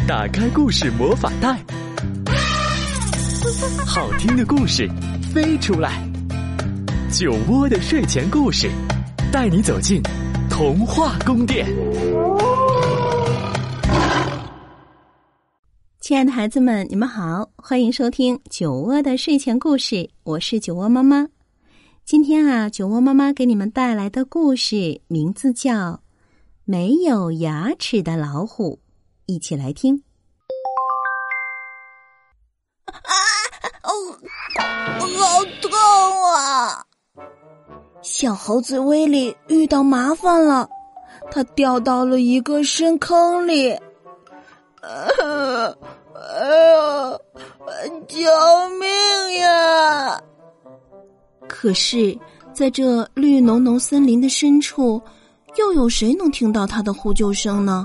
打开故事魔法袋，好听的故事飞出来。酒窝的睡前故事，带你走进童话宫殿。 亲爱的孩子们，你们好，欢迎收听酒窝的睡前故事，我是酒窝妈妈。今天酒窝妈妈给你们带来的故事名字叫《没有牙齿的老虎》，一起来听。 好痛啊！小猴子威利遇到麻烦了，他掉到了一个深坑里。救命呀！ 可是在这绿浓浓森林的深处，又有谁能听到他的呼救声呢？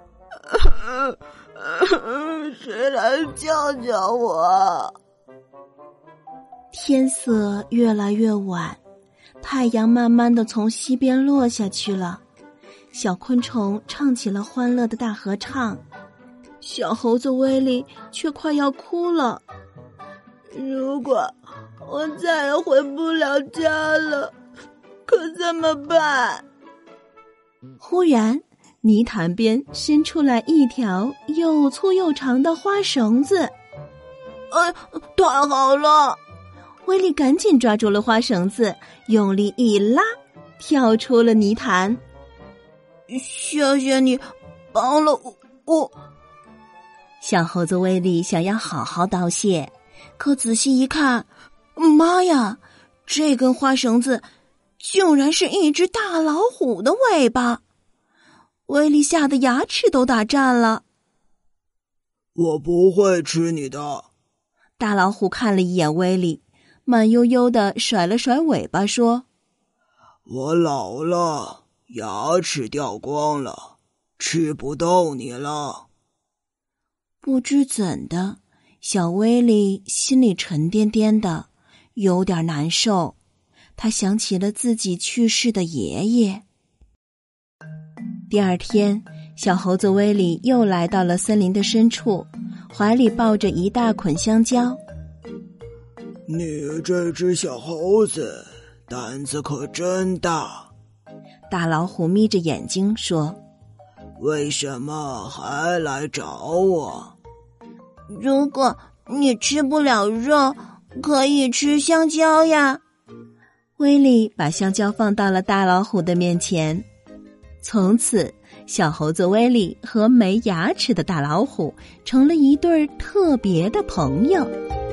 谁来救救我？ 天色越来越晚，太阳慢慢地从西边落下去了，小昆虫唱起了欢乐的大合唱，小猴子威利却快要哭了。 如果我再也回不了家了，可怎么办？ 忽然泥潭边伸出来一条又粗又长的花绳子。 太好了！ 威利赶紧抓住了花绳子，用力一拉，跳出了泥潭。 谢谢你帮了我。 小猴子威利想要好好道谢，可仔细一看，妈呀，这根花绳子竟然是一只大老虎的尾巴！威利吓得牙齿都打颤了。 我不会吃你的。 大老虎看了一眼威利，慢悠悠地甩了甩尾巴说： 我老了，牙齿掉光了，吃不动你了。 不知怎的，小威利心里沉甸甸的，有点难受。他想起了自己去世的爷爷。第二天，小猴子威利又来到了森林的深处，怀里抱着一大捆香蕉。 你这只小猴子胆子可真大。 大老虎眯着眼睛说： 为什么还来找我？ 如果你吃不了肉，可以吃香蕉呀。 威利把香蕉放到了大老虎的面前。从此，小猴子威利和没牙齿的大老虎成了一对特别的朋友。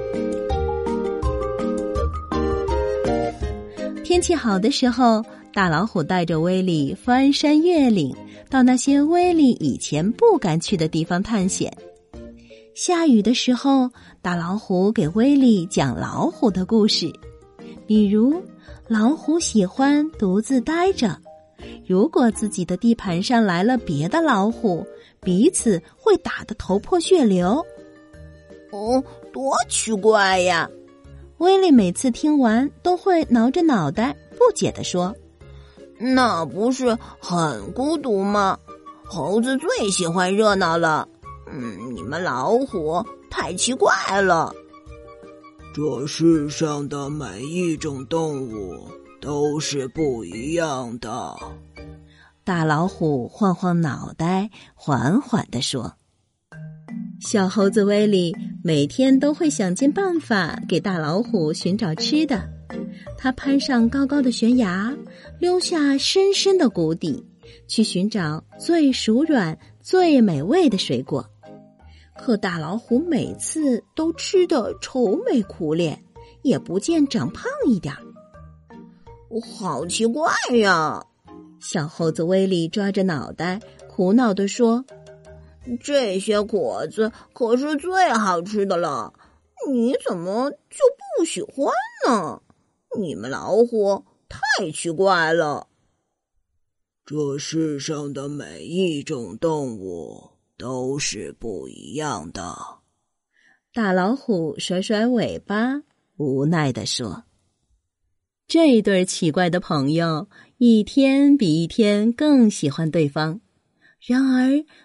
天气好的时候，大老虎带着威利翻山越岭，到那些威利以前不敢去的地方探险。下雨的时候，大老虎给威利讲老虎的故事，比如老虎喜欢独自待着，如果自己的地盘上来了别的老虎，彼此会打得头破血流。 多奇怪呀！ 威利每次听完都会挠着脑袋不解地说： 那不是很孤独吗？猴子最喜欢热闹了。你们老虎太奇怪了。 这世上的每一种动物都是不一样的。 大老虎晃晃脑袋，缓缓地说。小猴子威利每天都会想尽办法给大老虎寻找吃的。他攀上高高的悬崖，溜下深深的谷底，去寻找最熟软、最美味的水果。可大老虎每次都吃得愁眉苦脸，也不见长胖一点。 好奇怪呀！ 小猴子威利抓着脑袋，苦恼地说： 这些果子可是最好吃的了，你怎么就不喜欢呢？你们老虎太奇怪了。 这世上的每一种动物都是不一样的。 大老虎甩甩尾巴，无奈地说。这对奇怪的朋友一天比一天更喜欢对方。然而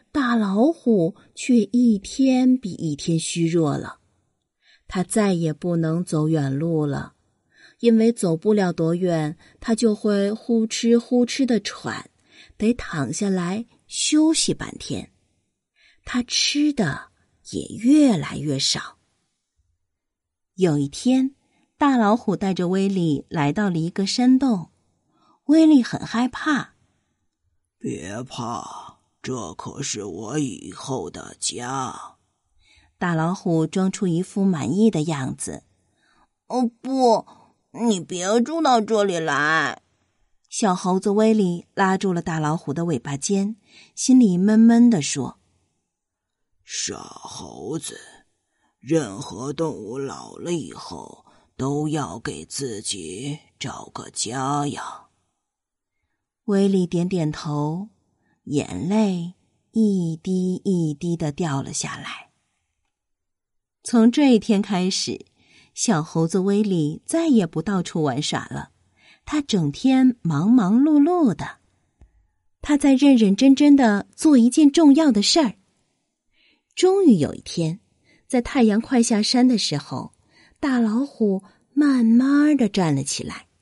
大老虎却一天比一天虚弱了。它再也不能走远路了，因为走不了多远，它就会呼哧呼哧地喘，得躺下来休息半天。它吃的也越来越少。有一天，大老虎带着威利来到了一个山洞。威利很害怕。 别怕，这可是我以后的家。 大老虎装出一副满意的样子。 哦不，你别住到这里来。 小猴子威利拉住了大老虎的尾巴尖，心里闷闷地说： 傻猴子，任何动物老了以后都要给自己找个家呀。 威利点点头，眼泪一滴一滴地掉了下来。从这一天开始，小猴子威利再也不到处玩耍了，他整天忙忙碌碌的。他在认认真真地做一件重要的事儿。终于有一天，在太阳快下山的时候，大老虎慢慢地站了起来。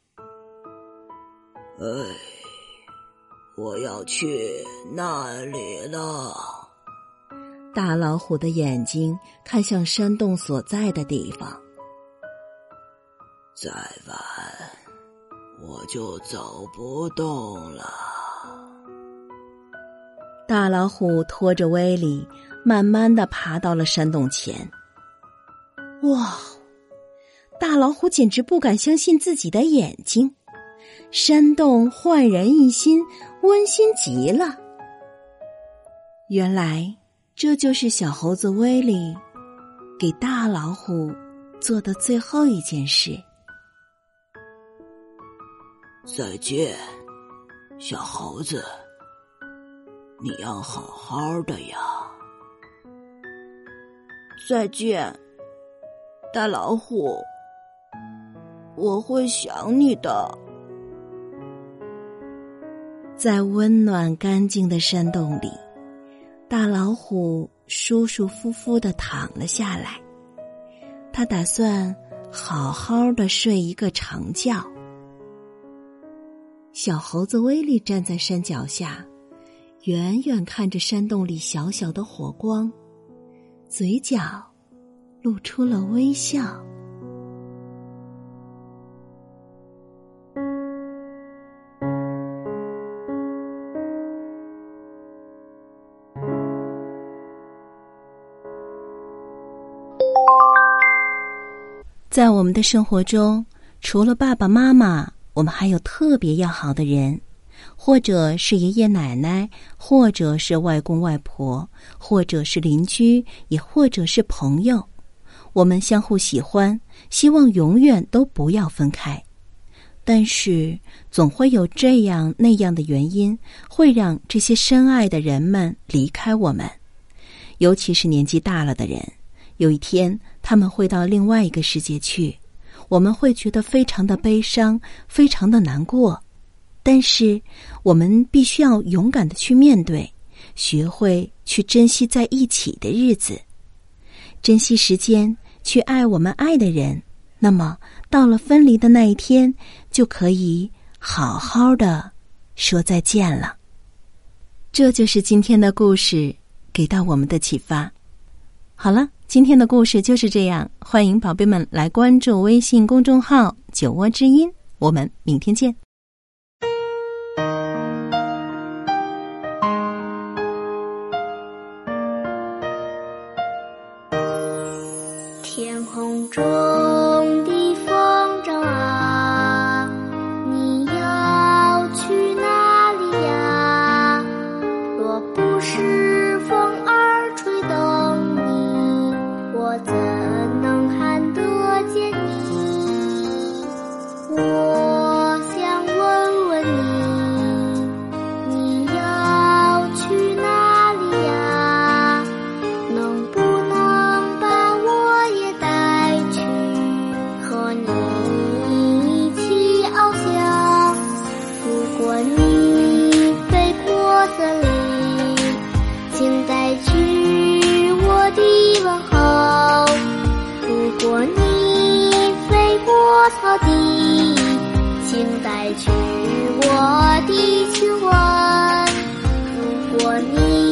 我要去那里了。 大老虎的眼睛看向山洞所在的地方。 再晚，我就走不动了。 大老虎拖着威利，慢慢地爬到了山洞前。哇！大老虎简直不敢相信自己的眼睛。山洞焕然一新，温馨极了。原来这就是小猴子威利给大老虎做的最后一件事。 再见，小猴子，你要好好的呀。 再见，大老虎，我会想你的。 在温暖干净的山洞里，大老虎舒舒服服地躺了下来。他打算好好的睡一个长觉。小猴子威利站在山脚下，远远看着山洞里小小的火光，嘴角露出了微笑。在我们的生活中，除了爸爸妈妈，我们还有特别要好的人，或者是爷爷奶奶，或者是外公外婆，或者是邻居，也或者是朋友。我们相互喜欢，希望永远都不要分开。但是总会有这样那样的原因，会让这些深爱的人们离开我们。尤其是年纪大了的人，有一天他们会到另外一个世界去，我们会觉得非常的悲伤，非常的难过。但是我们必须要勇敢的去面对，学会去珍惜在一起的日子，珍惜时间，去爱我们爱的人。那么到了分离的那一天，就可以好好的说再见了。这就是今天的故事给到我们的启发。好了，今天的故事就是这样，欢迎宝贝们来关注微信公众号酒窝之音，我们明天见。 天空中的风筝啊，你要去哪里呀？若不是风儿吹动你，我怎能看得见你？我想问问你，你要去哪里呀？能不能把我也带去，和你一起翱翔？如果你飞过森林， 请带去我的亲吻。如果你